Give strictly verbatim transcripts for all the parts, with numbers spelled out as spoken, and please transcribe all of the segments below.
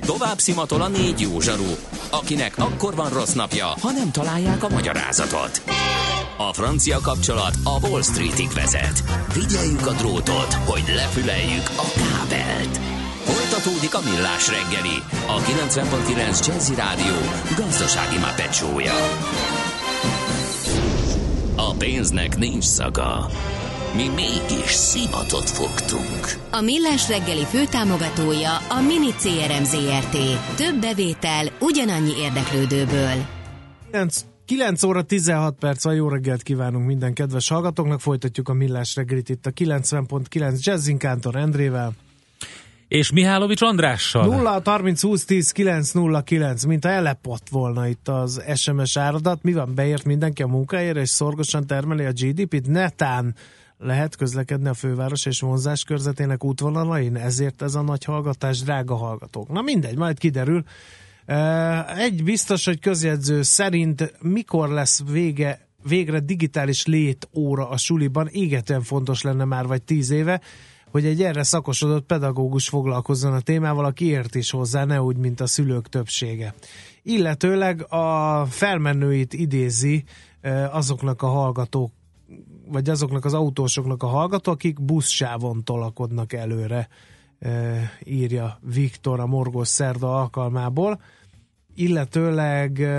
Tovább szimatol a négy jó zsaru, akinek akkor van rossz napja, ha nem találják a magyarázatot. A francia kapcsolat a Wall Streetig vezet. Figyeljük a drótot, hogy lefüleljük a kábelt. Folytatódik a Millás reggeli, a kilencven pont kilenc Jazzy Rádió gazdasági mápecsója. A pénznek nincs szaga. Mi mégis szimatot fogtunk. A Millás reggeli főtámogatója a Mini cé er em zé er té. Több bevétel ugyanannyi érdeklődőből. kilenc óra tizenhat perc van, jó reggelt kívánunk minden kedves hallgatóknak. Folytatjuk a Millás reggelit itt a kilencven pont kilenc Jazzin Kántor Endrével. És Mihálovics Andrással. nulla harminc húsz tíz kilenc nulla kilenc, mintha elepott volna itt az es em es áradat. Mi van, beért mindenki a munkájára, és szorgosan termeli a gé dé pét? Netán lehet közlekedni a főváros és vonzás körzetének útvonalain, ezért ez a nagy hallgatás, drága hallgatók. Na mindegy, majd kiderül. Egy biztos, hogy közjegyző szerint mikor lesz vége, végre digitális létóra a suliban, égetően fontos lenne már vagy tíz éve, hogy egy erre szakosodott pedagógus foglalkozzon a témával, aki ért is hozzá, ne úgy, mint a szülők többsége. Illetőleg a felmenőit idézi azoknak a hallgatók, vagy azoknak az autósoknak a hallgató, akik buszsávon tolakodnak előre, írja Viktor a Morgos Szerda alkalmából. Illetőleg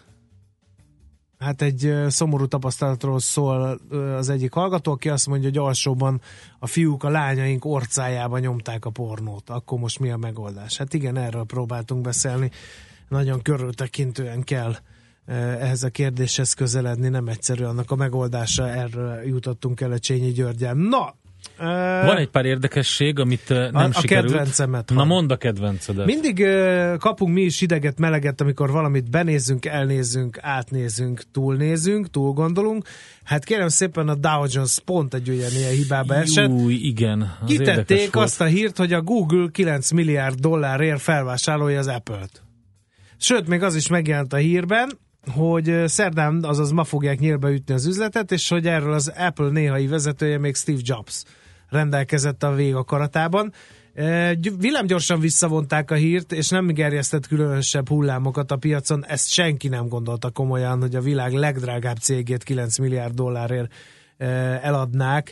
hát egy szomorú tapasztalatról szól az egyik hallgató, aki azt mondja, hogy alsóban a fiúk a lányaink orcájába nyomták a pornót. Akkor most mi a megoldás? Hát igen, erről próbáltunk beszélni. Nagyon körültekintően kell ehhez a kérdéshez közeledni, nem egyszerű annak a megoldása, erről jutottunk el a Csényi Györgyel. Na! Van egy pár érdekesség, amit nem a, a sikerült. kedvencemet. Na mondd a kedvencedet. Mindig uh, kapunk mi is ideget, meleget, amikor valamit benézzünk, elnézzünk, átnézünk, túlnézünk, túlgondolunk. Hát kérem szépen, a Dow Jones pont egy olyan ilyen hibába esett. Új, igen. Kitették azt a hírt, hogy a Google kilenc milliárd dollárért felvásárolja az Apple-t. Sőt, még az is megjelent a hírben, hogy szerdán, azaz ma fogják nyílbe ütni az üzletet, és hogy erről az Apple néhai vezetője, még Steve Jobs rendelkezett a végakaratában. Villámgyorsan visszavonták a hírt, és nem gerjesztett különösebb hullámokat a piacon. Ezt senki nem gondolta komolyan, hogy a világ legdrágább cégét kilenc milliárd dollárért eladnák.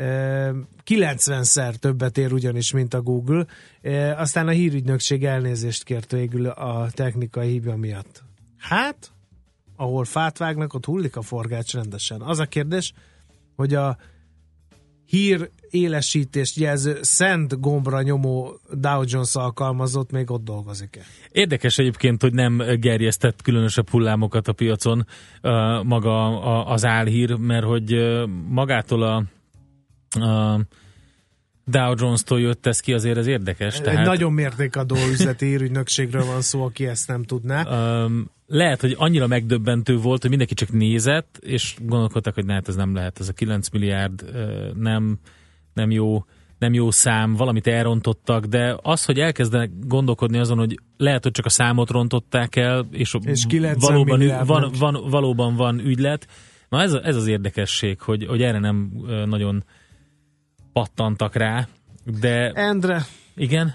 kilencszer többet ér ugyanis, mint a Google. Aztán a hírügynökség elnézést kért végül a technikai hiba miatt. Hát, ahol fát vágnak, ott hullik a forgács rendesen. Az a kérdés, hogy a hír élesítést jelző szent gombra nyomó Dow Jones alkalmazott még ott dolgozik-e? Érdekes egyébként, hogy nem gerjesztett különösebb hullámokat a piacon uh, maga a, az álhír, mert hogy uh, magától a, a Dow Jones-tól jött ez ki, azért ez érdekes. Egy tehát, nagyon mértékadó üzleti hírügynökségről van szó, aki ezt nem tudná. Um, lehet, hogy annyira megdöbbentő volt, hogy mindenki csak nézett, és gondolkodtak, hogy ne, hát ez nem lehet, ez a kilenc milliárd uh, nem, nem, jó, nem jó szám, valamit elrontottak, de az, hogy elkezdenek gondolkodni azon, hogy lehet, hogy csak a számot rontották el, és, és valóban, van, van, valóban van ügylet. Na ez, ez az érdekesség, hogy, hogy erre nem uh, nagyon pattantak rá, de... Endre. Igen?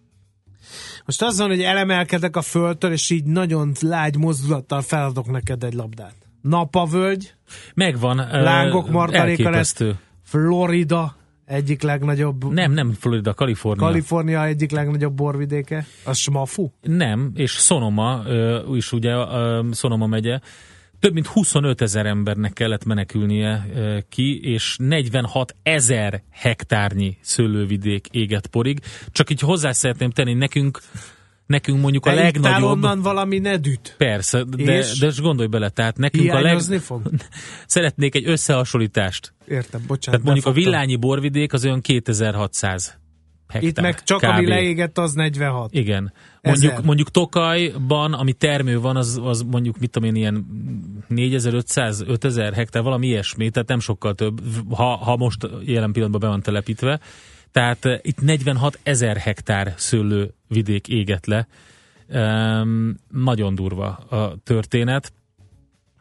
Most az van, hogy elemelkedek a földtől, és így nagyon lágy mozdulattal feladok neked egy labdát. Napavölgy. Megvan. Lángok martaléka lesz. Elképesztő. Florida egyik legnagyobb... Nem, nem Florida, Kalifornia. Kalifornia egyik legnagyobb borvidéke. A Smafu? Nem, és Sonoma, is ugye Sonoma megye. Több mint huszonöt ezer embernek kellett menekülnie ki, és negyvenhat ezer hektárnyi szőlővidék égett porig. Csak így hozzá szeretném tenni, nekünk, nekünk mondjuk a Te legnagyobb... onnan valami nedűt. Persze, de, de most gondolj bele, tehát nekünk a leg... fog? Szeretnék egy összehasonlítást. Értem, bocsánat. Tehát mondjuk befogtam. a Villányi borvidék az olyan kétezer-hatszáz hektár. Itt meg csak kb. Ami leégett, az negyvenhat. Igen. Mondjuk, mondjuk Tokajban, ami termő van, az, az mondjuk, mit tudom én, ilyen négyezer-ötszáz, ötezer hektár, valami ilyesmi, tehát nem sokkal több, ha, ha most jelen pillanatban be van telepítve. Tehát uh, itt negyvenhat ezer hektár szőlővidék égett le. Um, nagyon durva a történet.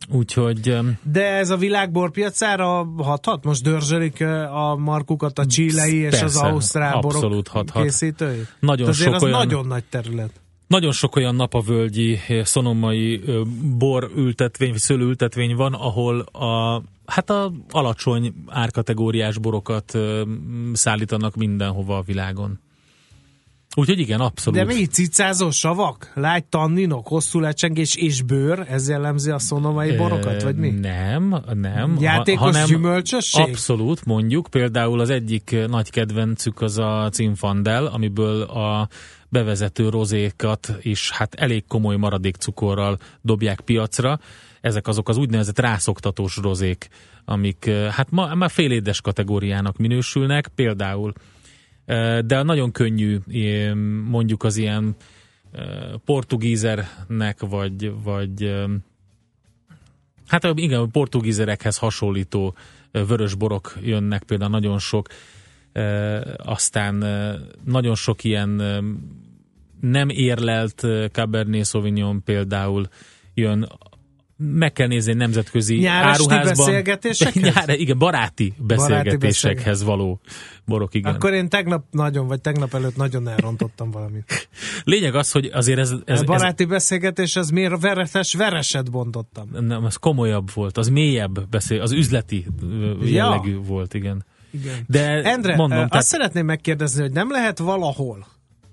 Úgyhogy... De ez a világ borpiacára hathat? Most dörzsölik a markukat a chilei és persze, az ausztrál borok készítői? Nagyon azért sok az olyan, nagyon nagy terület. Nagyon sok olyan napavölgyi, szonomai borültetvény, vagy szőlőültetvény van, ahol a, hát a alacsony árkategóriás borokat szállítanak mindenhova a világon. Úgyhogy igen, abszolút. De mi cicázó savak? Lágy tanninok, hosszú lecsengés és bőr? Ez jellemzi a szonomai borokat, vagy mi? Nem, nem. Játékos hanem gyümölcsösség? Abszolút, mondjuk. Például az egyik nagy kedvencük az a Zinfandel, amiből a bevezető rozékat is hát elég komoly maradékcukorral dobják piacra. Ezek azok az úgynevezett rászoktatós rozék, amik hát ma, már félédes kategóriának minősülnek, például. De nagyon könnyű mondjuk az ilyen portugízernek, vagy, vagy hát igen, portugízerekhez hasonlító vörös borok jönnek például nagyon sok, aztán nagyon sok ilyen nem érlelt Cabernet Sauvignon például jön. Meg kell nézni nemzetközi nyárasti áruházban. Beszélgetésekhez? Nyára, igen, baráti beszélgetésekhez baráti való borok, igen. Akkor én tegnap nagyon, vagy tegnap előtt nagyon elrontottam valamit. Lényeg az, hogy azért ez... ez a baráti ez, beszélgetés, az miért veretes vereset bontottam? Nem, az komolyabb volt, az mélyebb beszél, az üzleti jellegű ja. volt, igen. igen. De Endre, mondom, azt tehát... szeretném megkérdezni, hogy nem lehet valahol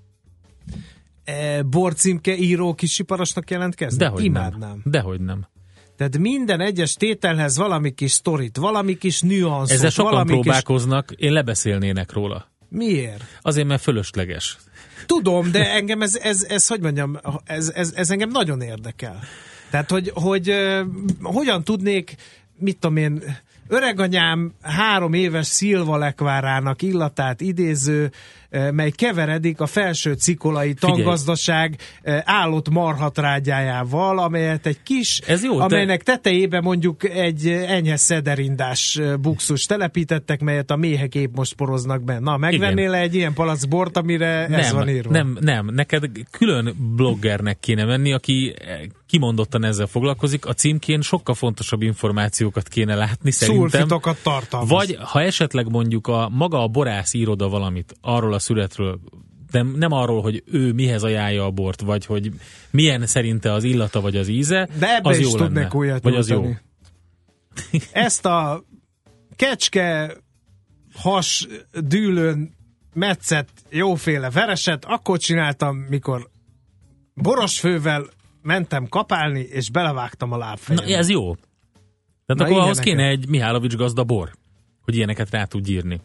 e, borcímke író kisiparosnak jelentkezni? Dehogy Imádnám. Nem. Dehogy nem. Tehát minden egyes tételhez valami kis sztorit, valami kis nüanszot. Ezzel sokan valami próbálkoznak, kis... én lebeszélnének róla. Miért? Azért, mert fölösleges. Tudom, de engem ez, ez, ez hogy mondjam, ez, ez, ez engem nagyon érdekel. Tehát, hogy, hogy uh, hogyan tudnék, mit tudom én, öreganyám három éves szilvalekvárának illatát idéző, mely keveredik a felső cikolai tangazdaság állott marhatrágyájával, amelyet egy kis, jó, amelynek de... tetejébe mondjuk egy enyhe szederindás buxus telepítettek, melyet a méhek épp most poroznak benne. Na, megvennél le egy ilyen palack bort, amire nem, ez van írva? Nem, nem. Neked külön bloggernek kéne menni, aki kimondottan ezzel foglalkozik. A címkén sokkal fontosabb információkat kéne látni, szerintem. Szulfitokat tartalmaz. Vagy ha esetleg mondjuk a maga a borász íroda valamit arról a születről, de nem arról, hogy ő mihez ajánlja a bort, vagy hogy milyen szerinte az illata, vagy az íze, de ebbe az is jó tudnék újat vagy az jó. Ezt a kecske has dűlőn metszett jóféle vereset akkor csináltam, mikor borosfővel mentem kapálni, és belevágtam a lábfejembe. Na, ez jó. Tehát akkor ahhoz kéne egy Mihálovics gazda bor, hogy ilyeneket rá tud írni.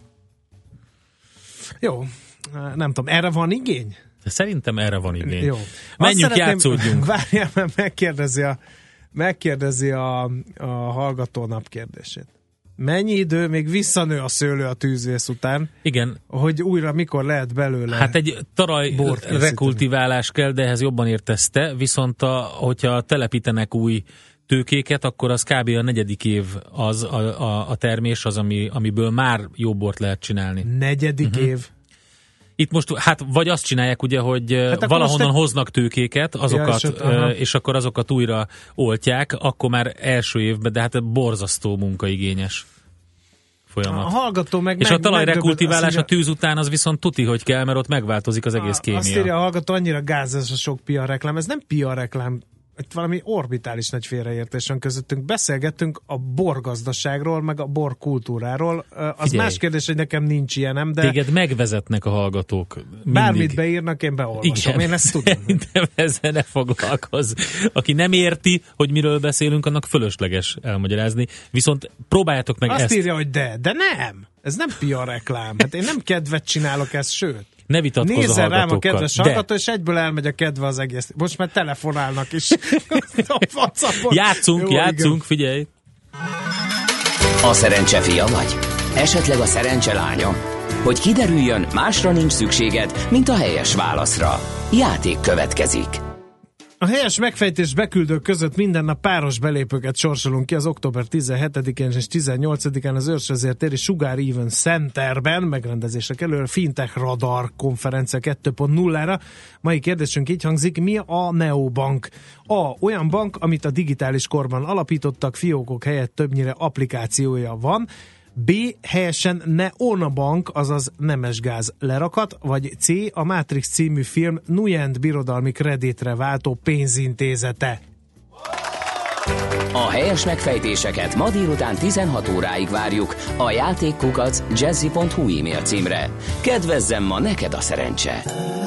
Jó, nem tudom, erre van igény? De szerintem erre van igény. Jó. Menjünk, játszódjunk. Várjál, mert megkérdezi a, megkérdezi a, a hallgató napkérdését. Mennyi idő még visszanő a szőlő a tűzvész után? Igen. Hogy újra mikor lehet belőle Hát egy taraj rekultiválás kell, de ehhez jobban értesz te, viszont a, hogyha telepítenek új tőkéket, akkor az kb. A negyedik év az a, a, a termés, az, ami, amiből már jó bort lehet csinálni. Negyedik uh-huh. év? Itt most, hát vagy azt csinálják ugye, hogy hát valahonnan te... hoznak tőkéket, azokat, ja, és, ott, és akkor azokat újra oltják, akkor már első évben, de hát borzasztó munkaigényes folyamat. A hallgató meg és meg, a talajrekultiválás a tűz után az viszont tuti, hogy kell, mert ott megváltozik az egész kémia. Azt írja a hallgató, annyira gáz ez a sok pé er reklám, ez nem pé er reklám, itt valami orbitális nagy félreértés van közöttünk. Beszélgettünk a borgazdaságról, meg a borkultúráról. Az Figyelj. Más kérdés, hogy nekem nincs ilyenem, de... Téged megvezetnek a hallgatók. Mindig. Bármit beírnak, én beolvasom. Igen. Én ezt tudom. De ezzel ne foglalkozz. Aki nem érti, hogy miről beszélünk, annak fölösleges elmagyarázni. Viszont próbáljátok meg Azt ezt. Azt írja, hogy de, de nem. Ez nem pé er reklám. Hát én nem kedvet csinálok ezt, sőt. Ne vitatkozz a Nézzen rám a kedves hallgató, de... és egyből elmegy a kedve az egész. Most már telefonálnak is. játszunk, Jó, játszunk, igen. Figyelj! A szerencse fia vagy? Esetleg a szerencse lánya? Hogy kiderüljön, másra nincs szükséged, mint a helyes válaszra. Játék következik. A helyes megfejtés beküldők között minden nap páros belépőket sorsolunk ki az október tizenhetedikén és tizennyolcadikán az Őrsvezér téri Sugar Even Centerben megrendezésre kerül a Fintech Radar konferencia kettő pont nullára. Mai kérdésünk így hangzik: mi a neobank? A. Olyan bank, amit a digitális korban alapítottak, fiókok helyett többnyire applikációja van. B. Helyesen neobank, azaz nemesgáz lerakat, vagy C. A Matrix című film Nuyend birodalmi kreditre váltó pénzintézete. A helyes megfejtéseket ma délután tizenhat óráig várjuk a játékkukac jazzy pont hu e-mail címre. Kedvezzem ma neked a szerencse!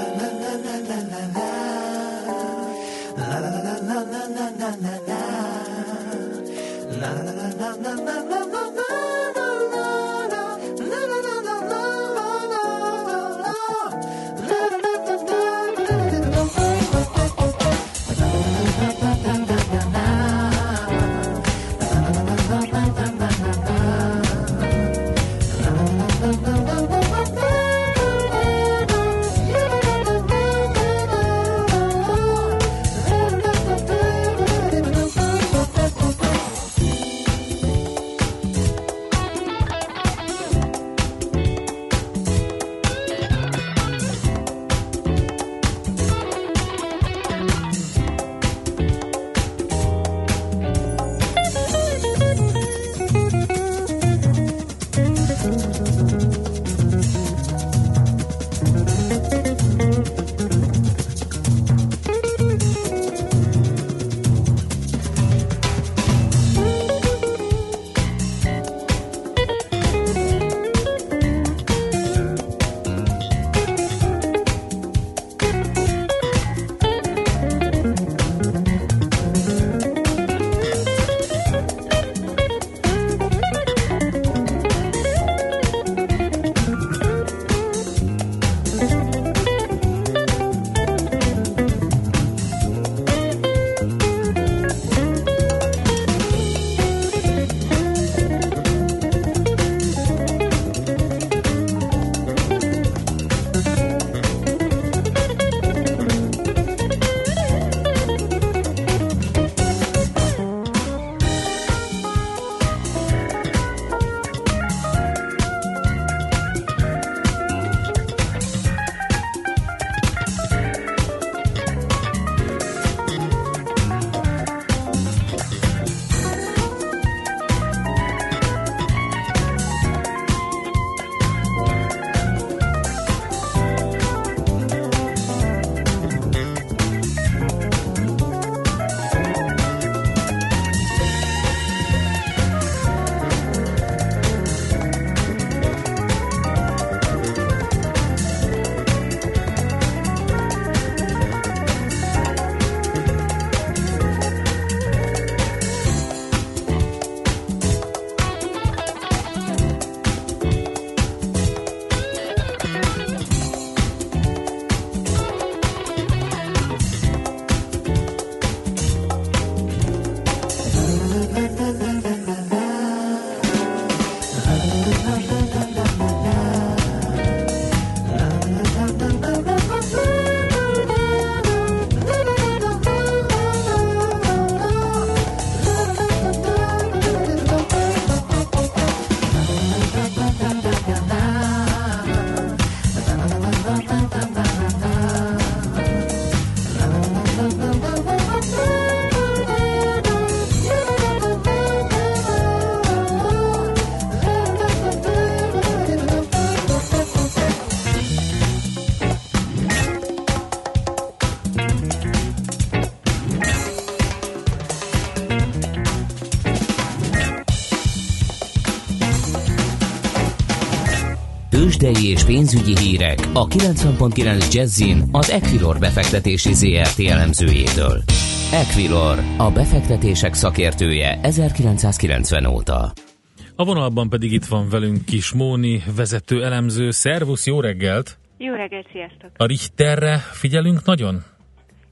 Tőzsdei és pénzügyi hírek a kilencven pont kilenc Jazzin az Equilor befektetési zé er té elemzőjétől. Equilor, a befektetések szakértője ezerkilencszázkilencven óta. A vonalban pedig itt van velünk Kis Móni, vezető elemző. Szervusz, jó reggelt! Jó reggelt, sziasztok! A Richterre figyelünk nagyon?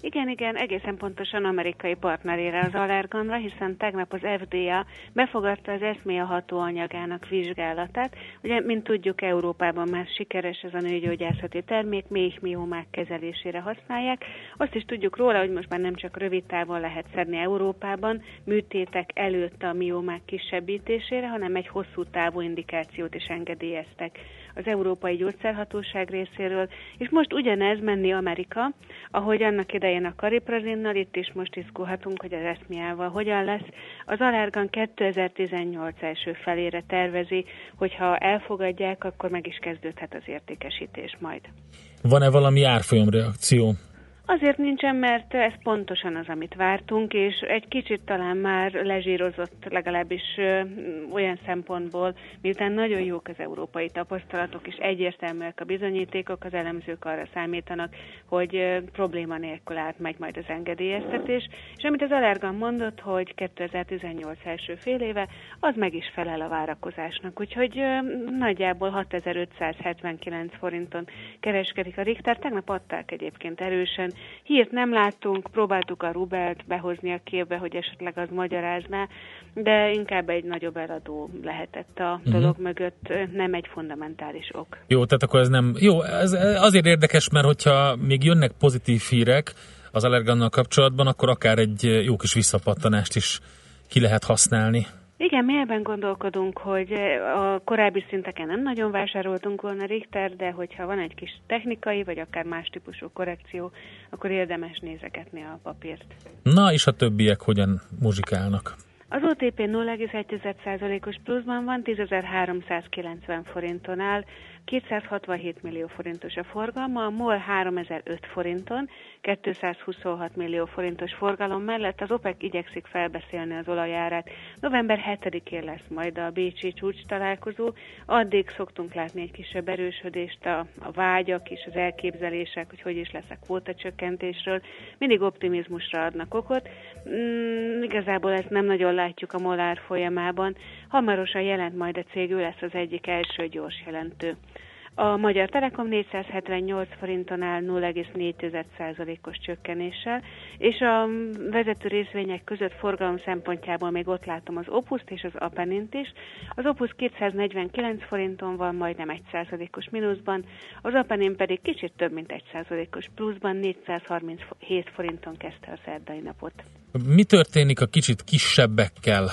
Igen, igen, egészen pontosan amerikai partnerére az Allerganra, hiszen tegnap az ef dé á befogadta az eszmia hatóanyagának vizsgálatát. Ugye, mint tudjuk, Európában már sikeres ez a nőgyógyászati termék, méhmiómák kezelésére használják. Azt is tudjuk róla, hogy most már nem csak rövid távon lehet szedni Európában műtétek előtt a miómák kisebbítésére, hanem egy hosszú távú indikációt is engedélyeztek az Európai Gyógyszerhatóság részéről, és most ugyanez menni Amerika, ahogy annak idején a Cariprazinnal, itt is most izgulhatunk, hogy az eszmiával hogyan lesz. Az Allergan kétezer-tizennyolc első felére tervezi, hogyha elfogadják, akkor meg is kezdődhet az értékesítés majd. Van-e valami árfolyamreakció? Azért nincsen, mert ez pontosan az, amit vártunk, és egy kicsit talán már lezsírozott, legalábbis ö, olyan szempontból, miután nagyon jók az európai tapasztalatok, és egyértelműek a bizonyítékok, az elemzők arra számítanak, hogy ö, probléma nélkül átmegy majd az engedélyeztetés, és amit az Allergan mondott, hogy kétezer-tizennyolc első fél éve, az meg is felel a várakozásnak, úgyhogy ö, nagyjából hatezer-ötszázhetvenkilenc forinton kereskedik a Richter, tegnap adták egyébként erősen. Hírt nem láttunk, próbáltuk a rubelt behozni a képbe, hogy esetleg az magyarázná, de inkább egy nagyobb eladó lehetett a uh-huh. dolog mögött, nem egy fundamentális ok. Jó, tehát akkor ez nem... Jó, ez azért érdekes, mert hogyha még jönnek pozitív hírek az Allergannal kapcsolatban, akkor akár egy jó kis visszapattanást is ki lehet használni. Igen, mi ebben gondolkodunk, hogy a korábbi szinteken nem nagyon vásároltunk volna Richter, de hogyha van egy kis technikai, vagy akár más típusú korrekció, akkor érdemes nézegetni a papírt. Na, és a többiek hogyan muzsikálnak? Az o té pé nulla egész egy százalékos pluszban van, tízezer-háromszázkilencven forinton áll, kétszázhatvanhét millió forintos a forgalma, a MOL háromezer-öt forinton, kétszázhuszonhat millió forintos forgalom mellett az OPEC igyekszik felbeszélni az olajárát. november hetedikén lesz majd a bécsi csúcs találkozó, addig szoktunk látni egy kisebb erősödést, a, a vágyak és az elképzelések, hogy hogy is lesz a kvótacsökkentésről, mindig optimizmusra adnak okot. Mm, igazából ezt nem nagyon látjuk a MOL árfolyamában, hamarosan jelent majd a cég, ő lesz az egyik első gyors jelentő. A Magyar Telekom négyszázhetvennyolc forinton áll nulla egész négy százalékos csökkenéssel, és a vezető részvények között forgalom szempontjából még ott látom az Opuszt és az Apennint is. Az Opus kétszáznegyvenkilenc forinton van, majdnem egy százalékos mínuszban, az Apennin pedig kicsit több mint egy százalékos pluszban, négyszázharminchét forinton kezdte a szerdai napot. Mi történik a kicsit kisebbekkel?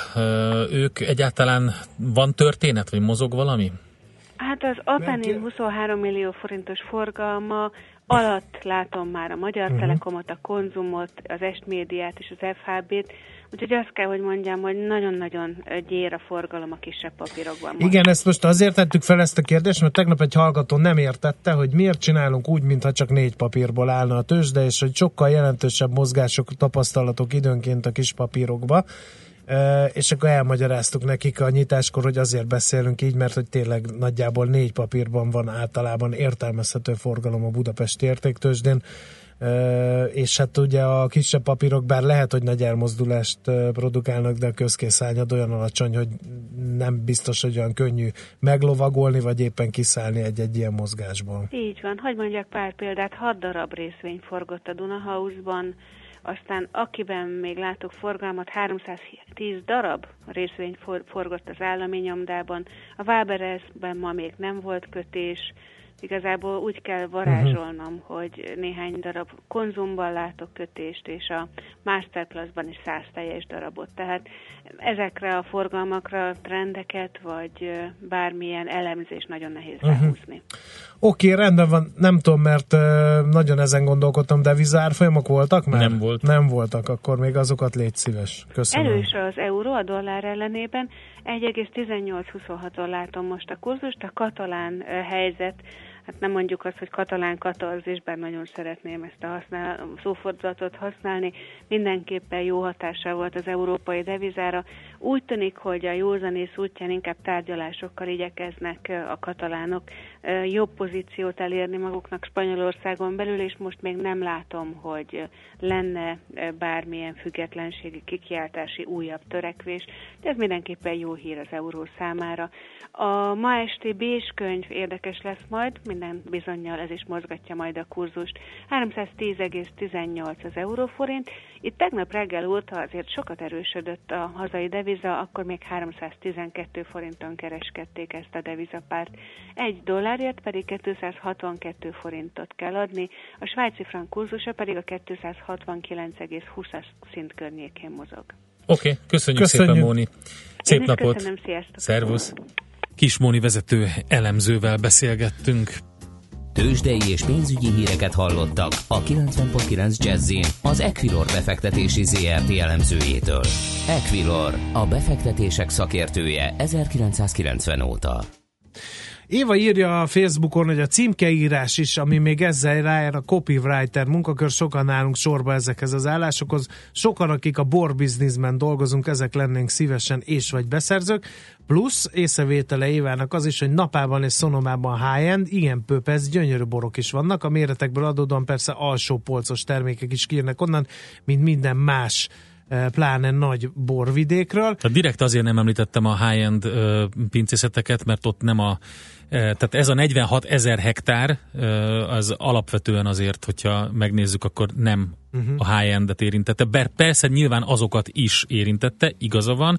Ők egyáltalán van történet, vagy mozog valami? Hát az Apennin huszonhárom millió forintos forgalma alatt látom már a Magyar uh-huh. Telekomot, a Konzumot, az Est Médiát és az ef há bé-t, úgyhogy azt kell, hogy mondjam, hogy nagyon-nagyon gyér a forgalom a kisebb papírokban. Most. Igen, ezt most azért tettük fel ezt a kérdést, mert tegnap egy hallgató nem értette, hogy miért csinálunk úgy, mintha csak négy papírból állna a tőzsde, és hogy sokkal jelentősebb mozgások, tapasztalatok időnként a kis papírokba. Uh, és akkor elmagyaráztuk nekik a nyitáskor, hogy azért beszélünk így, mert hogy tényleg nagyjából négy papírban van általában értelmezhető forgalom a budapesti értéktőzsdén, uh, és hát ugye a kisebb papírok bár lehet, hogy nagy elmozdulást uh, produkálnak, de a közkészányad olyan alacsony, hogy nem biztos, hogy olyan könnyű meglovagolni, vagy éppen kiszállni egy-egy ilyen mozgásból. Így van, hadd mondjak pár példát, hat darab részvény forgott a Dunahouse-ban, aztán akiben még látok forgalmat, háromszáztíz darab részvény for, forgott az állami nyomdában, a Wabererben ma még nem volt kötés, igazából úgy kell varázsolnom, uh-huh. hogy néhány darab Konzumban látok kötést, és a Masterplus-ban is száz teljes darabot. Tehát ezekre a forgalmakra trendeket, vagy bármilyen elemzés nagyon nehéz uh-huh. ráhúzni. Oké, okay, rendben van, nem tudom, mert uh, nagyon ezen gondolkodtam, de vízárfolyamok voltak már? Nem volt. Nem voltak, akkor még azokat légy szíves. Köszönöm. Erős az euró a dollár ellenében, egy egész tizennyolc huszonhaton látom most a kurzust, a katalán uh, helyzet, hát nem mondjuk azt, hogy katalán katarzis, bár nagyon szeretném ezt a használ, szófordulatot használni, mindenképpen jó hatással volt az európai devizára. Úgy tűnik, hogy a józanész útján inkább tárgyalásokkal igyekeznek a katalánok jobb pozíciót elérni maguknak Spanyolországon belül, és most még nem látom, hogy lenne bármilyen függetlenségi kikiáltási újabb törekvés, de ez mindenképpen jó hír az euró számára. A ma esti Bés könyv érdekes lesz majd, minden bizonnyal ez is mozgatja majd a kurzust. háromszáztíz egész tizennyolc az euróforint. Itt tegnap reggel óta azért sokat erősödött a hazai deviza, akkor még háromszáztizenkettő forinton kereskedték ezt a devizapárt. Egy dollárért pedig kétszázhatvankettő forintot kell adni, a svájci frank kurzusa pedig a kétszázhatvankilenc egész húsz szint környékén mozog. Oké, okay, köszönjük, köszönjük szépen, Móni. Szép Én napot. Köszönöm, sziasztok. Szervusz. Kis Móni vezető elemzővel beszélgettünk. Tőzsdei és pénzügyi híreket hallottak a kilencven pont kilenc Jazzin az Equilor befektetési zé er té elemzőjétől. Equilor, a befektetések szakértője ezerkilencszázkilencven óta. Éva írja a Facebookon, hogy a címkeírás is, ami még ezzel rájár, a copywriter munkakör, sokan állunk sorba ezekhez az állásokhoz. Sokan, akik a borbizniszben dolgozunk, ezek lennénk szívesen és vagy beszerzők. Plusz észrevétele Évának az is, hogy Napában és Szonomában high-end, igen pöpez, gyönyörű borok is vannak. A méretekből adódóan persze alsó polcos termékek is kijönnek onnan, mint minden más, pláne nagy borvidékről. Tehát direkt azért nem említettem a high-end ö, pincészeteket, mert ott nem a tehát ez a negyvenhat ezer hektár, az alapvetően azért, hogyha megnézzük, akkor nem uh-huh. a high-endet érintette. Bár persze nyilván azokat is érintette, igaza van.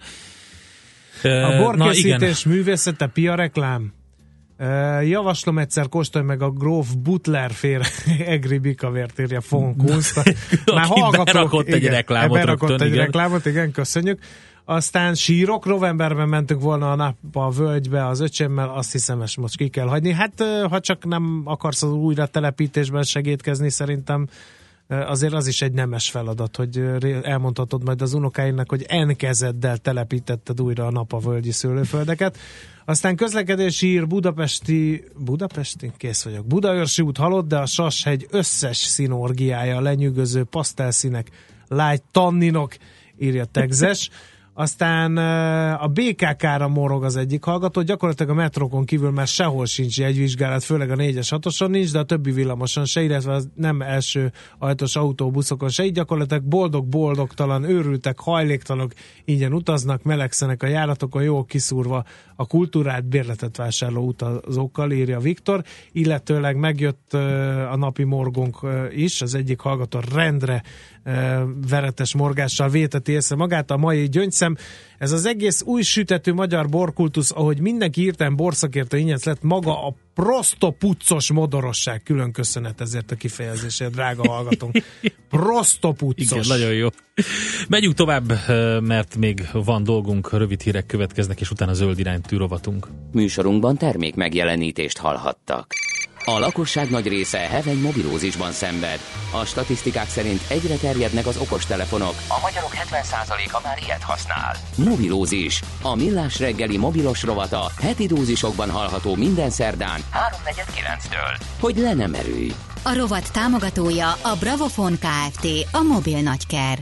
A borkészítés művészete, pia reklám. Javaslom egyszer kóstolj meg a Gróf Butler féle Egri Bikavért, írja Fonkunsz. Már hallgatók, berakott egy igen, reklámot. Berakott rögtön, egy igen. reklámot, igen, köszönjük. Aztán sírok, novemberben mentünk volna a nap a völgybe az öcsémmel, azt hiszem, ezt most ki kell hagyni. Hát, ha csak nem akarsz az újra telepítésben segítkezni, szerintem azért az is egy nemes feladat, hogy elmondhatod majd az unokáinak, hogy enkezeddel telepítetted újra a napavölgyi szőlőföldeket. Aztán közlekedési ír, budapesti, budapesti? Kész vagyok. Budaörsi út halott, de a Sashegy összes színorgiája, lenyűgöző pasztelszínek, light tanninok, írja Tegzes. Aztán a bé ká ká-ra morog az egyik hallgató, gyakorlatilag a metrókon kívül már sehol sincs jegyvizsgálat, főleg a négyes hatoson nincs, de a többi villamoson se, illetve az nem első ajtós autóbuszokon se, így gyakorlatilag boldog-boldogtalan, őrültek, hajléktalanok ingyen utaznak, melegszenek a járatokon, jól kiszúrva a kultúrát, bérletet vásárló utazókkal, írja Viktor, illetőleg megjött a napi morgónk is, az egyik hallgató rendre veretes morgással véteti észre magát, a mai gyöngyszem. Ez az egész új sütető magyar borkultusz, ahogy mindenki írtán borszakértő ingyenc lett, maga a prostopuccos modorosság. Külön köszönet ezért a kifejezésért, drága hallgatónk. Prostopuccos. Igen, nagyon jó. Megyünk tovább, mert még van dolgunk, rövid hírek következnek, és utána zöld iránytű rovatunk. Műsorunkban termék megjelenítést hallhattak. A lakosság nagy része heveny mobilózisban szenved. A statisztikák szerint egyre terjednek az okostelefonok. A magyarok hetven százaléka már ilyet használ. Mobilózis. A Millás reggeli mobilos rovata heti dózisokban hallható minden szerdán háromnegyed kilenctől. Hogy le nem erőj. A rovat támogatója a Bravofon Kft. A mobil nagyker.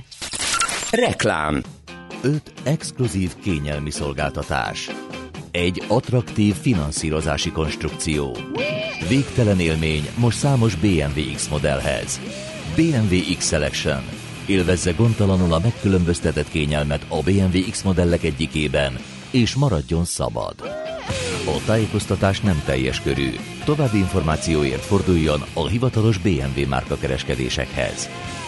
Reklám. öt exkluzív kényelmi szolgáltatás. Egy attraktív finanszírozási konstrukció. Végtelen élmény most számos bé em vé X modellhez. bé em vé X Selection. Élvezze gondtalanul a megkülönböztetett kényelmet a bé em vé X modellek egyikében, és maradjon szabad. A tájékoztatás nem teljes körű. További információért forduljon a hivatalos bé em vé márka kereskedésekhez.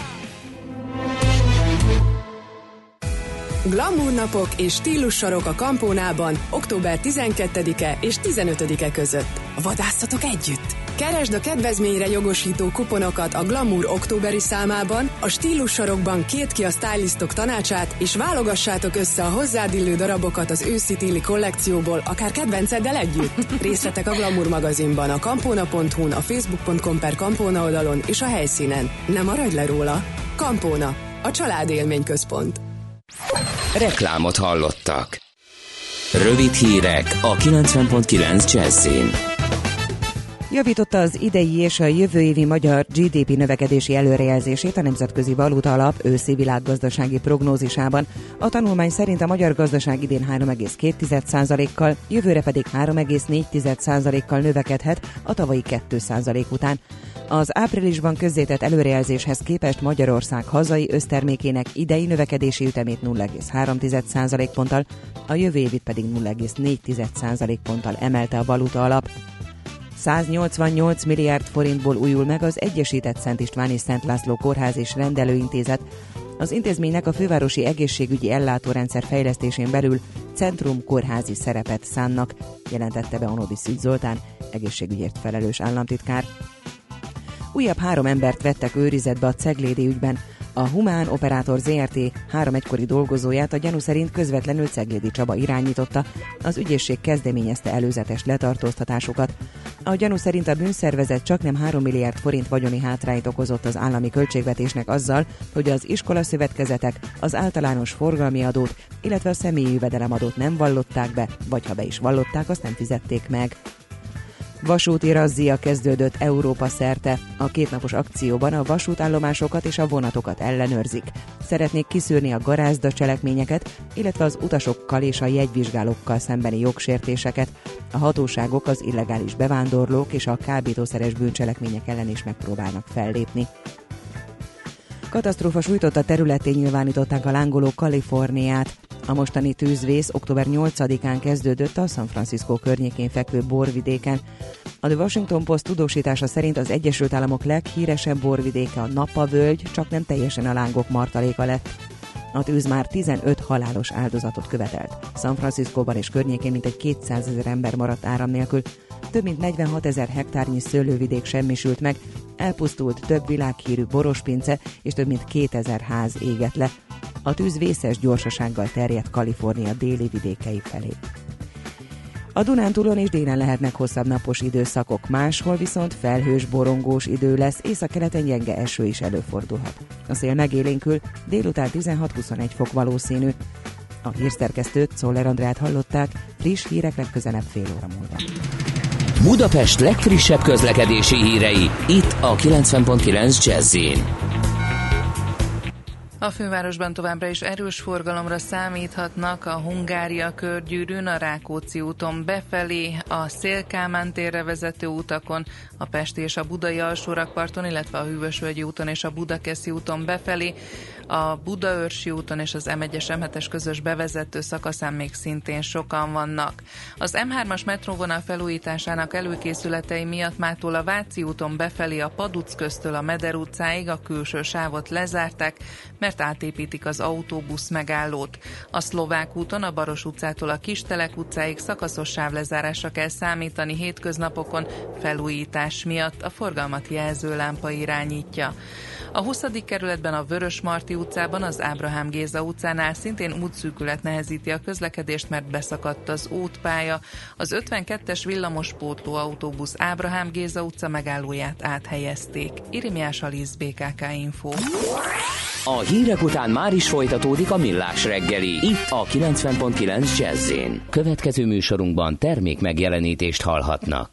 Glamour napok és stílussarok a Campónában október tizenkettedike és tizenötödike között. Vadászatok együtt! Keresd a kedvezményre jogosító kuponokat a Glamour októberi számában, a stílussarokban két ki a stylistok tanácsát, és válogassátok össze a hozzád illő darabokat az őszi téli kollekcióból, akár kedvenceddel együtt. Részletek a Glamour magazinban, a campona pont hu-n, a facebook pont com per Campona oldalon és a helyszínen. Ne maradj le róla! Campona, a családélmény központ. Reklámot hallottak. Rövid hírek a kilencven pont kilenc Jazzin. Javította az idei és a jövő évi magyar gé dé pé növekedési előrejelzését a Nemzetközi Valuta Alap őszi világgazdasági prognózisában. A tanulmány szerint a magyar gazdaság idén három egész két százalékkal, jövőre pedig három egész négy százalékkal növekedhet a tavalyi két százalék után. Az áprilisban közzétett előrejelzéshez képest Magyarország hazai össztermékének idei növekedési ütemét nulla egész három százalékponttal, a jövő évit pedig nulla egész négy százalékponttal emelte a Valuta Alap. száznyolcvannyolc milliárd forintból újul meg az Egyesített Szent István és Szent László Kórház és Rendelőintézet. Az intézménynek a fővárosi egészségügyi ellátórendszer fejlesztésén belül centrum kórházi szerepet szánnak, jelentette be Onodi Szűcs Zoltán, egészségügyért felelős államtitkár. Újabb három embert vettek őrizetbe a Ceglédi ügyben. A Humán Operátor zé er té három egykori dolgozóját a gyanú szerint közvetlenül Ceglédi Csaba irányította, az ügyészség kezdeményezte előzetes letartóztatásokat. A gyanú szerint a bűnszervezet csaknem három milliárd forint vagyoni hátrányt okozott az állami költségvetésnek azzal, hogy az iskolaszövetkezetek az általános forgalmi adót, illetve a személyi jövedelemadót nem vallották be, vagy ha be is vallották, azt nem fizették meg. Vasúti razzia kezdődött Európa szerte. A kétnapos akcióban a vasútállomásokat és a vonatokat ellenőrzik. Szeretnék kiszűrni a garázda cselekményeket, illetve az utasokkal és a jegyvizsgálókkal szembeni jogsértéseket. A hatóságok az illegális bevándorlók és a kábítószeres bűncselekmények ellen is megpróbálnak fellépni. Katasztrófa sújtotta területén nyilvánították a lángoló Kaliforniát. A mostani tűzvész október nyolcadikán kezdődött a San Francisco környékén fekvő borvidéken. A The Washington Post tudósítása szerint az Egyesült Államok leghíresebb borvidéke a Napa-völgy, csak nem teljesen a lángok martaléka lett. A tűz már tizenöt halálos áldozatot követelt. San Franciscóban és környékén mintegy kétszázezer ember maradt áram nélkül. Több mint negyvenhatezer hektárnyi szőlővidék semmisült meg, elpusztult több világhírű borospince és több mint kétezer ház égett le. A tűz vészes gyorsasággal terjedt Kalifornia déli vidékei felé. A Dunántúlon és délen lehetnek hosszabb napos időszakok, máshol viszont felhős, borongós idő lesz, északkeleten gyenge eső is előfordulhat. A szél megélénkül, délután tizenhat-huszonegy fok valószínű. A hírszerkesztőt, Czoller Andrát hallották, friss hírek legközelebb fél óra múlva. Budapest legfrissebb közlekedési hírei, itt a kilencven pont kilenc Jazz-in. A fővárosban továbbra is erős forgalomra számíthatnak a Hungária körgyűrűn, a Rákóczi úton befelé, a Széll-Kálmán térre vezető utakon, a Pesti és a Budai alsórakparton, illetve a Hűvösvölgyi úton és a Budakeszi úton befelé, a Budaörsi úton és az em egyes em hetes közös bevezető szakaszán még szintén sokan vannak. Az em hármas metróvonal felújításának előkészületei miatt mától a Váci úton befelé a Paduc köztől a Meder utcáig a külső sávot lezárták, mert átépítik az autóbusz megállót. A Szlovák úton a Baros utcától a Kistelek utcáig szakaszos sávlezárásra kell számítani hétköznapokon felújítás miatt, a forgalmat jelzőlámpa irányítja. A huszadik kerületben a Vörösmarty utcában, az Ábrahám Géza utcánál szintén útszűkület nehezíti a közlekedést, mert beszakadt az útpálya. Az ötvenkettes villamospótló autóbusz Ábrahám Géza utca megállóját áthelyezték. Irimiás Alisz, bé ká ká Info. A hírek után már is folytatódik a Millás reggeli, itt a kilencven pont kilenc Jazz-in. Következő műsorunkban termék megjelenítést hallhatnak.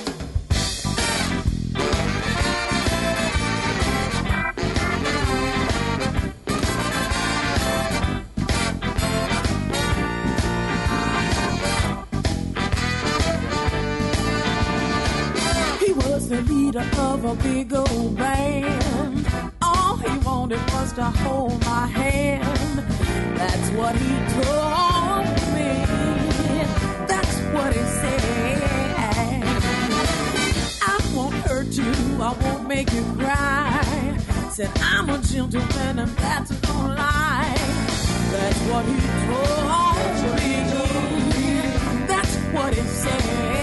Of a big old band, all he wanted was to hold my hand. That's what he told me. That's what he said. I won't hurt you, I won't make you cry. Said I'm a gentleman and that's no lie. That's what he told me. That's what he said.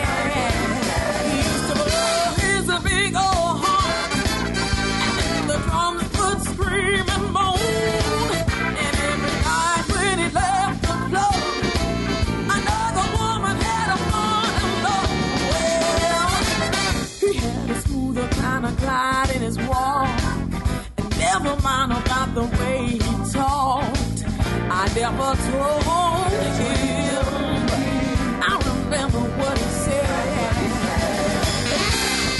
Big old heart, and the drums would scream and moan, and every night when he left the floor, another woman had a fun alone. Well, he had a smoother kind of glide in his walk, and never mind about the way he talked. I never told him, I remember what he said.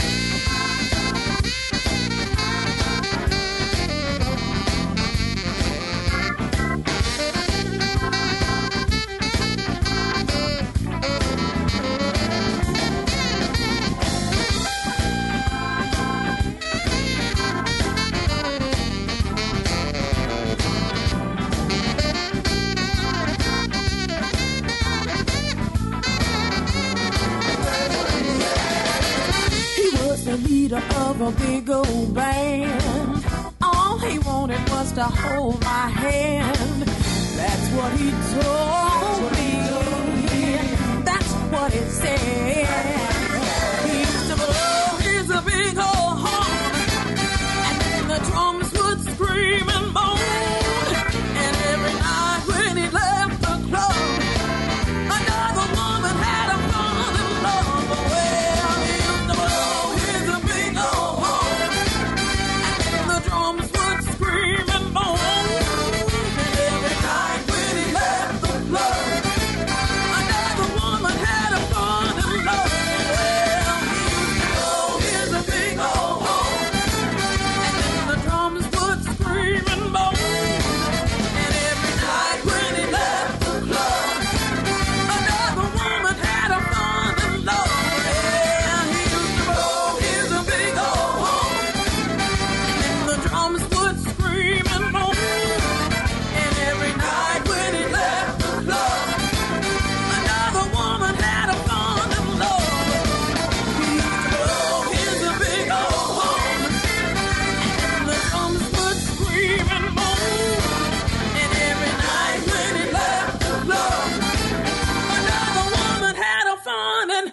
band. All he wanted was to hold my hand. That's what he told me. That's what it said. He used to blow his big old horn, and then the drums would scream and moan. And every night when he left the club, another woman had a fall in love. Well, he used to blow his big old horn, and then the drums would scream and moan. And every night when he left the club, another woman had a fall in love. Well, he used to blow his big old horn, and then the drums would scream and moan. And every night when he left the club, another woman had a fall in love. Yeah, he used to blow his big old horn, and then the drums would scream and moan. And every night when he left the club, another woman had a fall in love. He used to blow his big old horn, and the drums would scream and moan. And every night when he left the club, another woman had a fall in love.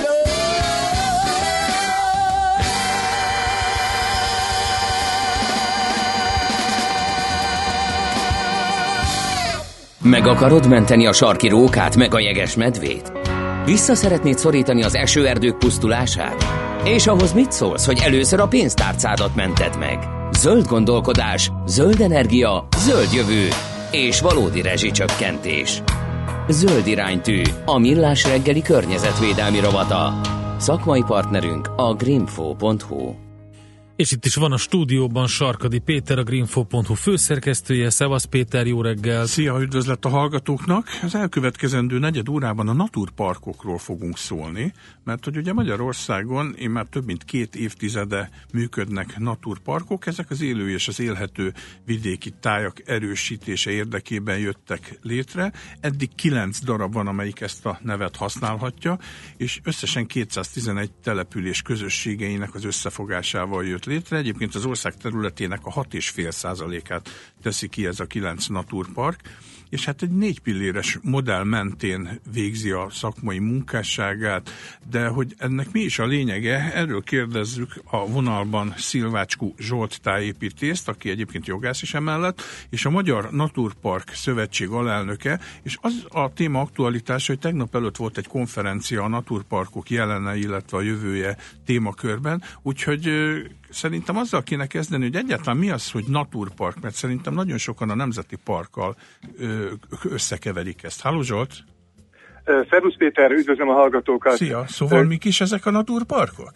Meg akarod menteni a sarki rókát, meg a jeges medvét? Vissza szeretnéd szorítani az esőerdők pusztulását? És ahhoz mit szólsz, hogy először a pénztárcádat mented meg? Zöld gondolkodás, zöld energia, zöld jövő és valódi rezsicsökkentés. Zöld iránytű, a Millás reggeli környezetvédelmi rovata. Szakmai partnerünk a greenfo pont hu. És itt is van a stúdióban Sarkadi Péter, a greenfo pont hu főszerkesztője. Szevasz Péter, jó reggel! Szia, üdvözlet a hallgatóknak! Az elkövetkezendő negyed órában a naturparkokról fogunk szólni, mert hogy ugye Magyarországon én már több mint két évtizede működnek naturparkok, ezek az élő és az élhető vidéki tájak erősítése érdekében jöttek létre. Eddig kilenc darab van, amelyik ezt a nevet használhatja, és összesen kétszáztizenegy település közösségeinek az összefogásával jött létre. Egyébként az ország területének a hat egész öt százalékát teszi ki ez a kilenc naturpark, és hát egy négy pilléres modell mentén végzi a szakmai munkásságát, de hogy ennek mi is a lényege, erről kérdezzük a vonalban Szilvácskú Zsolt tájépítészt, aki egyébként jogász is emellett, és a Magyar Naturpark Szövetség alelnöke, és az a téma aktualitása, hogy tegnap előtt volt egy konferencia a naturparkok jelene, illetve a jövője témakörben, úgyhogy szerintem azzal kéne kezdeni, hogy egyáltalán mi az, hogy naturpark, mert szerintem nagyon sokan a nemzeti parkkal összekeverik ezt. Halló Zsolt! Szervusz Péter, üdvözlöm a hallgatókat! Szia! Szóval mik is ezek a naturparkok?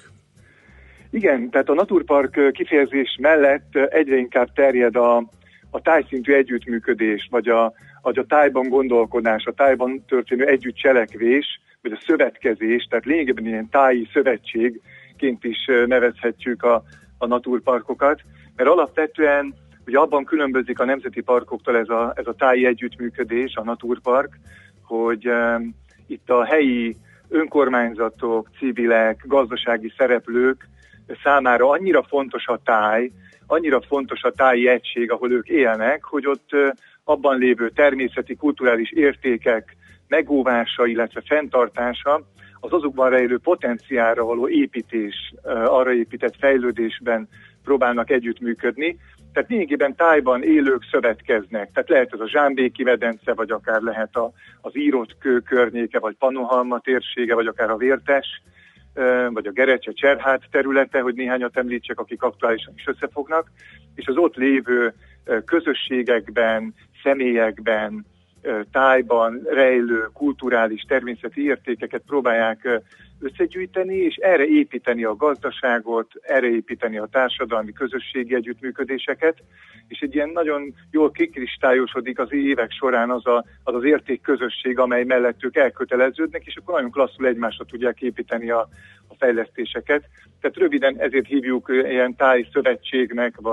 Igen, tehát a naturpark kifejezés mellett egyre inkább terjed a, a tájszintű együttműködés, vagy a, vagy a tájban gondolkodás, a tájban történő együttcselekvés, vagy a szövetkezés, tehát lényegében ilyen táji szövetségként is nevezhetjük a, a naturparkokat, mert alapvetően ugye abban különbözik a nemzeti parkoktól ez a, ez a táji együttműködés, a naturpark, hogy um, itt a helyi önkormányzatok, civilek, gazdasági szereplők számára annyira fontos a táj, annyira fontos a táji egység, ahol ők élnek, hogy ott uh, abban lévő természeti, kulturális értékek megóvása, illetve fenntartása, az azokban rejlő potenciálra való építés, uh, arra épített fejlődésben próbálnak együttműködni. Tehát lényegében tájban élők szövetkeznek. Tehát lehet ez a Zsámbéki medence, vagy akár lehet a, az írott kő környéke, vagy Pannonhalma térsége, vagy akár a Vértes, vagy a Gerecse Cserhát területe, hogy néhányat említsek, akik aktuálisan is összefognak, és az ott lévő közösségekben, személyekben, tájban rejlő kulturális, természeti értékeket próbálják összegyűjteni, és erre építeni a gazdaságot, erre építeni a társadalmi közösségi együttműködéseket, és egy ilyen nagyon jól kikristályosodik az évek során az, a, az az értékközösség, amely mellett ők elköteleződnek, és akkor nagyon klasszul egymásra tudják építeni a, a fejlesztéseket. Tehát röviden ezért hívjuk ilyen táj szövetségnek, vagy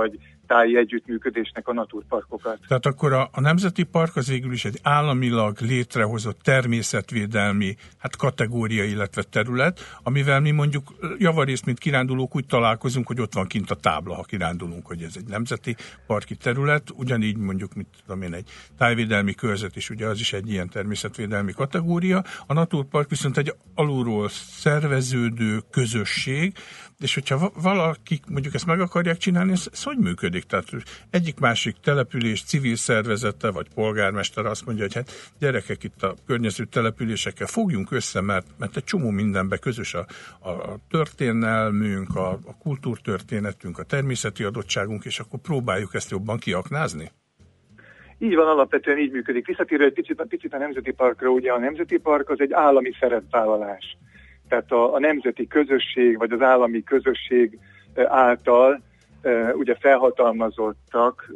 táji együttműködésnek a naturparkokat. Tehát akkor a, a Nemzeti Park az végül is egy államilag létrehozott természetvédelmi hát kategória, illetve terület, amivel mi mondjuk javarészt, mint kirándulók úgy találkozunk, hogy ott van kint a tábla, ha kirándulunk, hogy ez egy nemzeti parki terület, ugyanígy mondjuk, mint tudom én, egy tájvédelmi körzet is, ugye az is egy ilyen természetvédelmi kategória. A Naturpark viszont egy alulról szerveződő közösség, és hogyha valakik mondjuk ezt meg akarják csinálni, ez, ez hogy működik? Tehát egyik másik település civil szervezete, vagy polgármester azt mondja, hogy hát gyerekek, itt a környező településekkel fogjunk össze, mert, mert egy csomó mindenben közös a, a történelmünk, a, a kultúrtörténetünk, a természeti adottságunk, és akkor próbáljuk ezt jobban kiaknázni? Így van, alapvetően így működik. Visszatérő egy picit, picit a Nemzeti Parkra, ugye a Nemzeti Park az egy állami szerepvállalás. Tehát a, a nemzeti közösség, vagy az állami közösség által ugye felhatalmazottak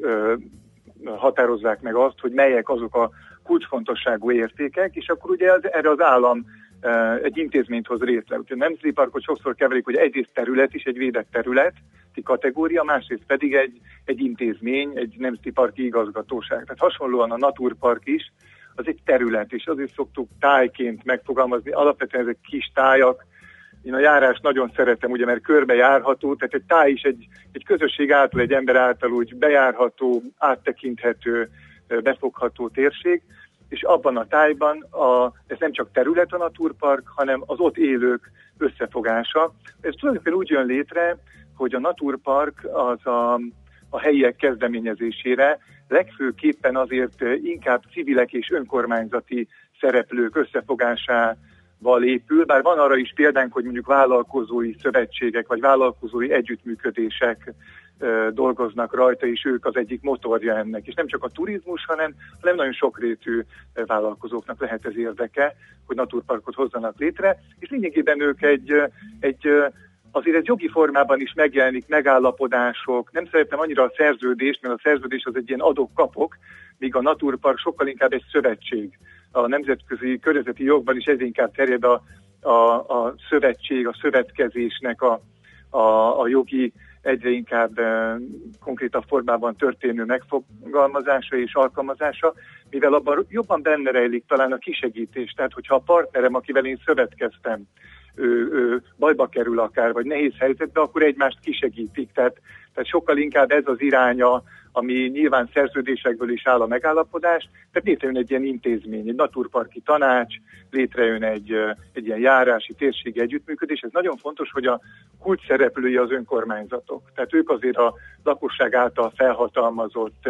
határozzák meg azt, hogy melyek azok a kulcsfontosságú értékek, és akkor ugye az, erre az állam egy intézményt hoz létre. Úgyhogy a Nemzeti Parkot sokszor keverik, hogy egyrészt terület is, egy védett területi kategória, másrészt pedig egy, egy intézmény, egy Nemzeti Parki igazgatóság. Tehát hasonlóan a Naturpark is, az egy terület, és azért szoktuk tájként megfogalmazni, alapvetően ezek kis tájak. Én a járást nagyon szeretem, ugye, mert körbe járható, tehát egy táj is egy, egy közösség által, egy ember által úgy bejárható, áttekinthető, befogható térség, és abban a tájban a, ez nem csak terület a Naturpark, hanem az ott élők összefogása. Ez tulajdonképpen úgy jön létre, hogy a Naturpark az a, a helyiek kezdeményezésére legfőképpen azért inkább civilek és önkormányzati szereplők összefogásával épül, bár van arra is példánk, hogy mondjuk vállalkozói szövetségek vagy vállalkozói együttműködések dolgoznak rajta, és ők az egyik motorja ennek. És nem csak a turizmus, hanem, hanem nagyon sokrétű vállalkozóknak lehet ez érdeke, hogy naturparkot hozzanak létre, és lényegében ők egy, egy azért ez jogi formában is megjelenik, megállapodások, nem szeretem annyira a szerződést, mert a szerződés az egy ilyen adok-kapok, míg a Naturpark sokkal inkább egy szövetség. A nemzetközi környezeti jogban is ez inkább terjed a, a, a szövetség, a szövetkezésnek a, a, a jogi egyre inkább e, konkrétabb formában történő megfogalmazása és alkalmazása, mivel abban jobban benne rejlik talán a kisegítés. Tehát, hogyha a partnerem, akivel én szövetkeztem, ő, ő bajba kerül akár, vagy nehéz helyzetbe, akkor egymást kisegítik. Tehát, tehát sokkal inkább ez az iránya, ami nyilván szerződésekből is áll a megállapodás, tehát létrejön egy ilyen intézmény, egy naturparki tanács, létrejön egy, egy ilyen járási térségi együttműködés. Ez nagyon fontos, hogy a kulcs szereplői az önkormányzatok. Tehát ők azért a lakosság által felhatalmazott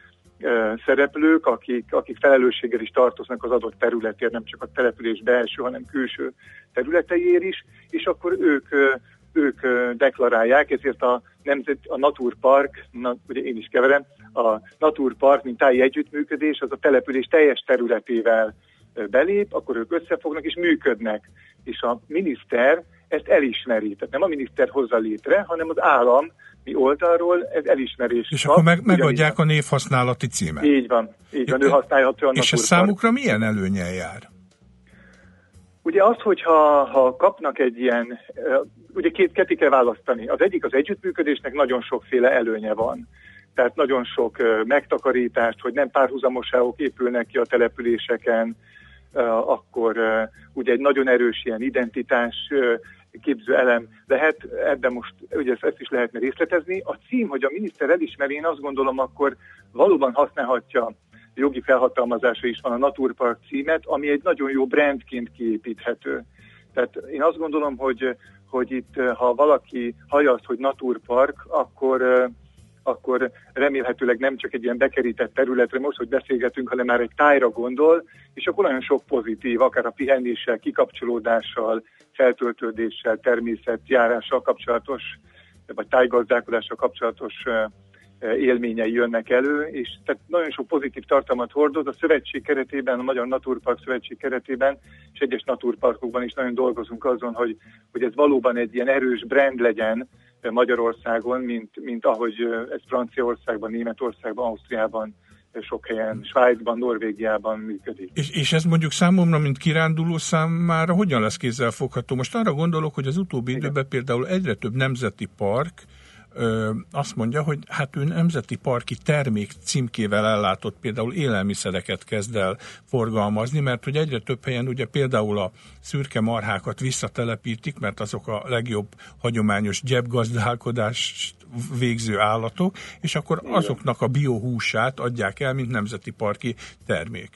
szereplők, akik, akik felelősséggel is tartoznak az adott területért, nem csak a település belső, hanem külső területeiért is, és akkor ők, ők deklarálják, ezért a, nemzet, a Naturpark, na, ugye én is keverem, a Naturpark, mint táji együttműködés, az a település teljes területével belép, akkor ők összefognak és működnek. És a miniszter ezt elismeri. Tehát nem a miniszter hozza létre, hanem az állam mi oldalról ez elismerés. És kap, akkor meg, megadják a névhasználati címet. Így van. Így van, ő használhatja a És ez számukra milyen előnnyel jár? Ugye az, hogyha ha kapnak egy ilyen, ugye két ketté kell választani. Az egyik az együttműködésnek nagyon sokféle előnye van. Tehát nagyon sok megtakarítást, hogy nem párhuzamoságok épülnek ki a településeken, akkor ugye egy nagyon erős ilyen identitás képző elem lehet, ebben most ugye ezt is lehetne részletezni. A cím, hogy a miniszter elismeri, én azt gondolom, akkor valóban használhatja, jogi felhatalmazása is van a Naturpark címet, ami egy nagyon jó brandként kiépíthető. Tehát én azt gondolom, hogy, hogy itt, ha valaki hallja azt, hogy Naturpark, akkor, akkor remélhetőleg nem csak egy ilyen bekerített területre most, hogy beszélgetünk, hanem már egy tájra gondol, és akkor nagyon sok pozitív, akár a pihenéssel, kikapcsolódással, feltöltődéssel, természetjárással kapcsolatos, vagy tájgazdálkodással kapcsolatos élményei jönnek elő, és tehát nagyon sok pozitív tartalmat hordoz. A szövetség keretében, a Magyar Naturpark Szövetség keretében, és egyes naturparkokban is nagyon dolgozunk azon, hogy, hogy ez valóban egy ilyen erős brand legyen Magyarországon, mint, mint ahogy ez Franciaországban, Németországban, Ausztriában, sok helyen, Svájcban, Norvégiában működik. És, és ez mondjuk számomra, mint kiránduló számára hogyan lesz kézzelfogható? Most arra gondolok, hogy az utóbbi Igen. időben például egyre több nemzeti park ö, azt mondja, hogy hát ő nemzeti parki termék címkével ellátott például élelmiszereket kezd el forgalmazni, mert hogy egyre több helyen ugye például a szürke marhákat visszatelepítik, mert azok a legjobb hagyományos gyepgazdálkodást végző állatok, és akkor azoknak a biohúsát adják el, mint nemzeti parki termék.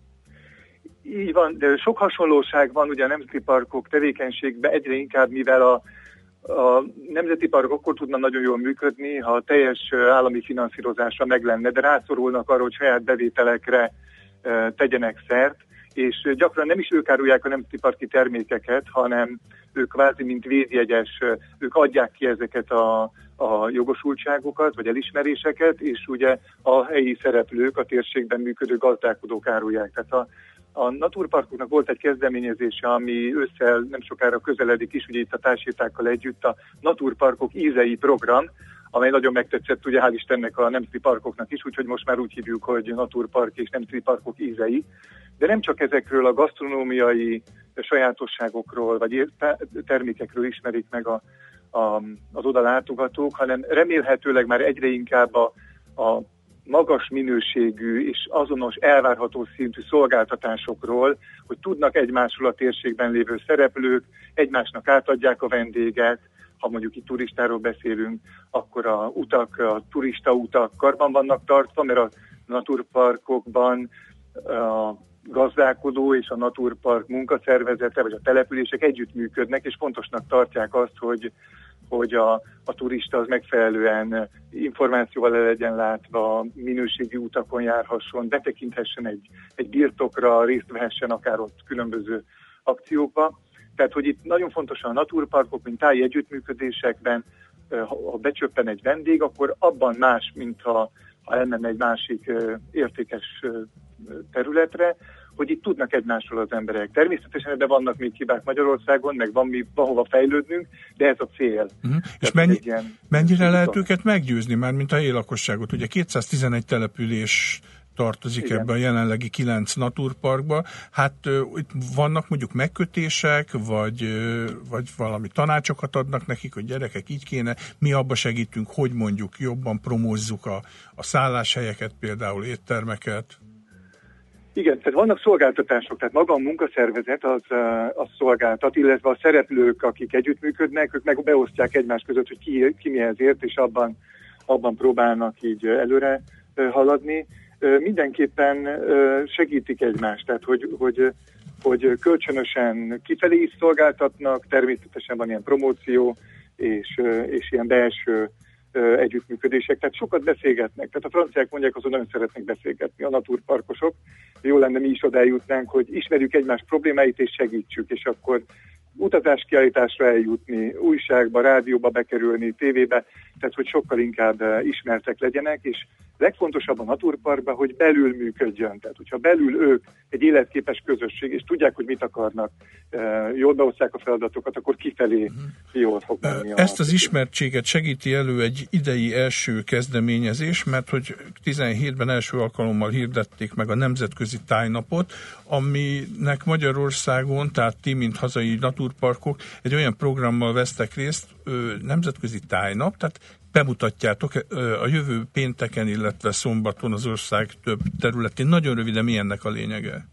Így van, de sok hasonlóság van ugye a nemzeti parkok tevékenységben, egyre inkább, mivel a, a nemzeti parkok akkor tudnak nagyon jól működni, ha a teljes állami finanszírozása meg lenne, de rászorulnak arra, hogy saját bevételekre e, tegyenek szert, és gyakran nem is ők árulják a nemzeti parki termékeket, hanem ők kvázi, mint védjegyes, ők adják ki ezeket a, a jogosultságokat, vagy elismeréseket, és ugye a helyi szereplők, a térségben működő gazdálkodók árulják. Tehát a A naturparkoknak volt egy kezdeményezése, ami ősszel nem sokára közeledik is, ugye itt a társítákkal együtt, a Naturparkok ízei program, amely nagyon megtetszett, ugye hál' Istennek a nemzeti parkoknak is, úgyhogy most már úgy hívjuk, hogy Naturpark és nemzeti parkok ízei. De nem csak ezekről a gasztronómiai sajátosságokról, vagy termékekről ismerik meg a, a, az oda látogatók, hanem remélhetőleg már egyre inkább a, a magas minőségű és azonos elvárható szintű szolgáltatásokról, hogy tudnak egymásról a térségben lévő szereplők, egymásnak átadják a vendéget, ha mondjuk itt turistáról beszélünk, akkor a utak, a turista utak karban vannak tartva, mert a naturparkokban a gazdálkodó és a naturpark munkaszervezete, vagy a települések együttműködnek, és fontosnak tartják azt, hogy hogy a, a turista az megfelelően információval el legyen látva, minőségi utakon járhasson, betekinthessen egy, egy birtokra, részt vehessen akár ott különböző akciókba. Tehát, hogy itt nagyon fontos a naturparkok, mint táji együttműködésekben, ha becsöppen egy vendég, akkor abban más, mint ha, ha elmenne egy másik értékes területre, hogy itt tudnak egymásról az emberek. Természetesen ebben vannak még hibák Magyarországon, meg van mi valahova fejlődnünk, de ez a cél. Uh-huh. És mennyi, mennyire lehet őket meggyőzni már, mint a helyi lakosságot? Ugye kétszáztizenegy település tartozik Igen. ebbe a jelenlegi kilenc naturparkba. Hát uh, itt vannak mondjuk megkötések, vagy, uh, vagy valami tanácsokat adnak nekik, hogy gyerekek, így kéne, mi abba segítünk, hogy mondjuk jobban promózzuk a, a szálláshelyeket, például éttermeket. Igen, tehát vannak szolgáltatások, tehát maga a munkaszervezet az, az szolgáltat, illetve a szereplők, akik együttműködnek, ők meg beosztják egymás között, hogy ki, ki mihez ért, és abban, abban próbálnak így előre haladni. Mindenképpen segítik egymást, tehát hogy, hogy, hogy kölcsönösen kifelé is szolgáltatnak, természetesen van ilyen promóció, és, és ilyen belső együttműködések, tehát sokat beszélgetnek. Tehát a franciák mondják, azon nagyon szeretnek beszélgetni, a naturparkosok. Jó lenne, mi is oda eljutnánk, hogy ismerjük egymás problémáit és segítsük, és akkor utazáskiállításra eljutni, újságba, rádióba bekerülni, tévébe, tehát hogy sokkal inkább ismertek legyenek, és legfontosabb a naturparkban, hogy belül működjön. Tehát, hogyha belül ők egy életképes közösség, és tudják, hogy mit akarnak, jól beosztják a feladatokat, akkor kifelé jól fog menni. Ezt az ismertséget segíti elő egy idei első kezdeményezés, mert hogy tizenhétben első alkalommal hirdették meg a Nemzetközi Tájnapot, aminek Magyarországon, tehát ti, mint hazai naturparkok, egy olyan programmal vesztek részt, Nemzetközi Tájnap, tehát bemutatjátok a jövő pénteken, illetve szombaton az ország több területén. Nagyon röviden, mi ennek a lényege?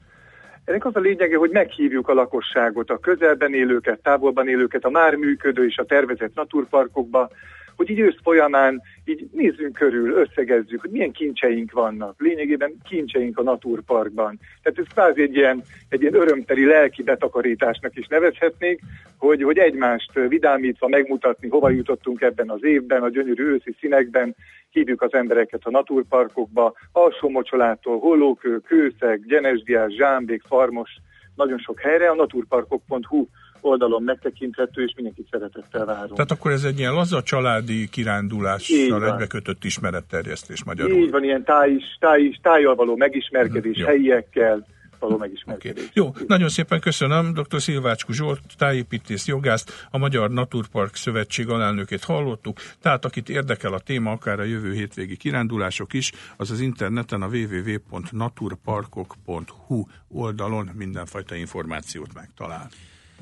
Ennek az a lényege, hogy meghívjuk a lakosságot, a közelben élőket, távolban élőket, a már működő és a tervezett naturparkokba, hogy így ősz folyamán így nézzünk körül, összegezzük, hogy milyen kincseink vannak. Lényegében kincseink a naturparkban. Tehát ez kvázi egy ilyen, egy ilyen örömteli lelki betakarításnak is nevezhetnék, hogy, hogy egymást vidámítva megmutatni, hova jutottunk ebben az évben, a gyönyörű őszi színekben, hívjuk az embereket a naturparkokba, Alsó-Mocsolától, Hollókő, Kőszeg, Gyenesdiás, Zsámbék, Farmos, nagyon sok helyre, a naturparkok pont hu oldalon megtekinthető, és mindenkit szeretettel várunk. Tehát akkor ez egy ilyen laza családi kirándulással egybekötött ismeretterjesztés magyarul. Így van, ilyen táj, táj, tájjal való megismerkedés, hmm, helyiekkel való megismerkedés. Okay. Jó, nagyon szépen köszönöm. dr. Szilvácskú Zsolt, tájépítész, jogászt, a Magyar Naturpark Szövetség alelnökét hallottuk. Tehát akit érdekel a téma, akár a jövő hétvégi kirándulások is, az az interneten a double-u double-u double-u pont naturparkok pont hu oldalon mindenfajta információt megtalál.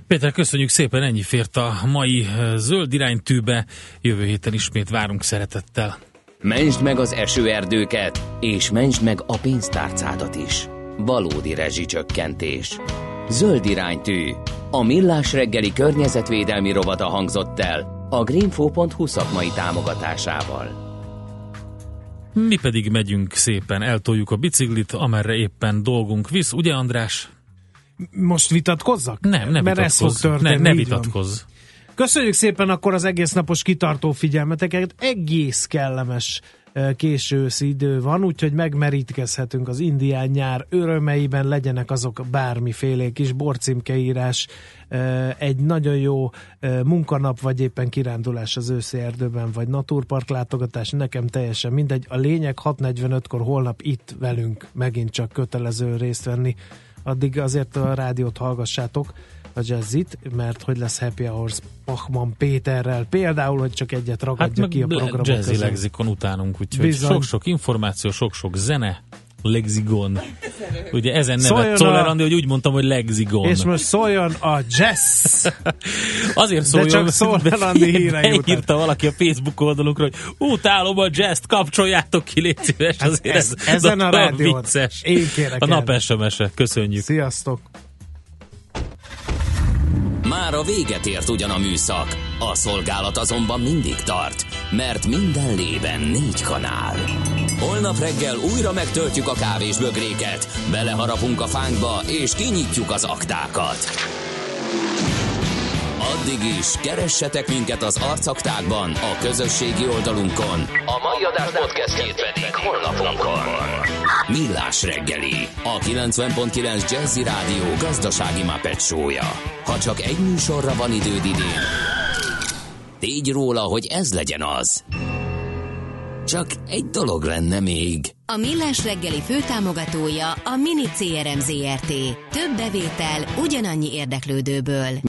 Péter, köszönjük szépen, ennyi fért a mai Zöld iránytűbe. Jövő héten ismét várunk szeretettel. Mentsd meg az esőerdőket, és mentsd meg a pénztárcádat is. Valódi rezsicsökkentés. Zöld iránytű. A Millás reggeli környezetvédelmi rovata hangzott el a greenfo pont hu szakmai támogatásával. Mi pedig megyünk szépen, eltoljuk a biciklit, amerre éppen dolgunk visz, ugye András? Most vitatkozzak? Nem, ne Mert vitatkozz. ez fog történni, ne, ne így van. vitatkozz. Köszönjük szépen akkor az egész napos kitartó figyelmeteket. Egész kellemes késő őszi idő van, úgyhogy megmerítkezhetünk az indián nyár örömeiben, legyenek azok bármiféle kis borcímkeírás, egy nagyon jó munkanap, vagy éppen kirándulás az őszi erdőben, vagy naturpark látogatás, nekem teljesen mindegy. A lényeg hat negyvenötkor holnap itt velünk megint csak kötelező részt venni. Addig azért a rádiót hallgassátok, a Jazzit, mert hogy lesz Happy Hours Pachman Péterrel például, hogy csak egyet ragadja hát ki a programok Jazzy közül. Lexikon utánunk, úgyhogy Bizony. sok-sok információ, sok-sok zene, Lexikon. Ugye ezen Szóljon nevet Czoller a- Andi, hogy úgy mondtam, hogy Lexikon. És most szóljon a jazz! Azért szóljon, csak Czoller Andi hírei után. írta valaki a Facebook oldalunkra, hogy utálom a jazzt, kapcsoljátok ki, légy szíves. Ez, Azért ez, ez ezen a nagyon rádión. vicces. Én kérek A nap el. es em es-e. Köszönjük. Sziasztok! Már a véget ért ugyan a műszak, a szolgálat azonban mindig tart, mert minden lében négy kanál. Holnap reggel újra megtöltjük a kávésbögréket, beleharapunk a fánkba és kinyitjuk az aktákat. Addig is keressetek minket az arcaktákban, a közösségi oldalunkon. A mai adás podcastjét pedig honlapunkon. Millás reggeli, a kilencven pont kilenc Jazzy Rádió gazdasági Muppet show-ja. Ha csak egy műsorra van időd idén, tégy róla, hogy ez legyen az. Csak egy dolog lenne még. A Millás reggeli főtámogatója a Mini cé er em Zrt. Több bevétel ugyanannyi érdeklődőből.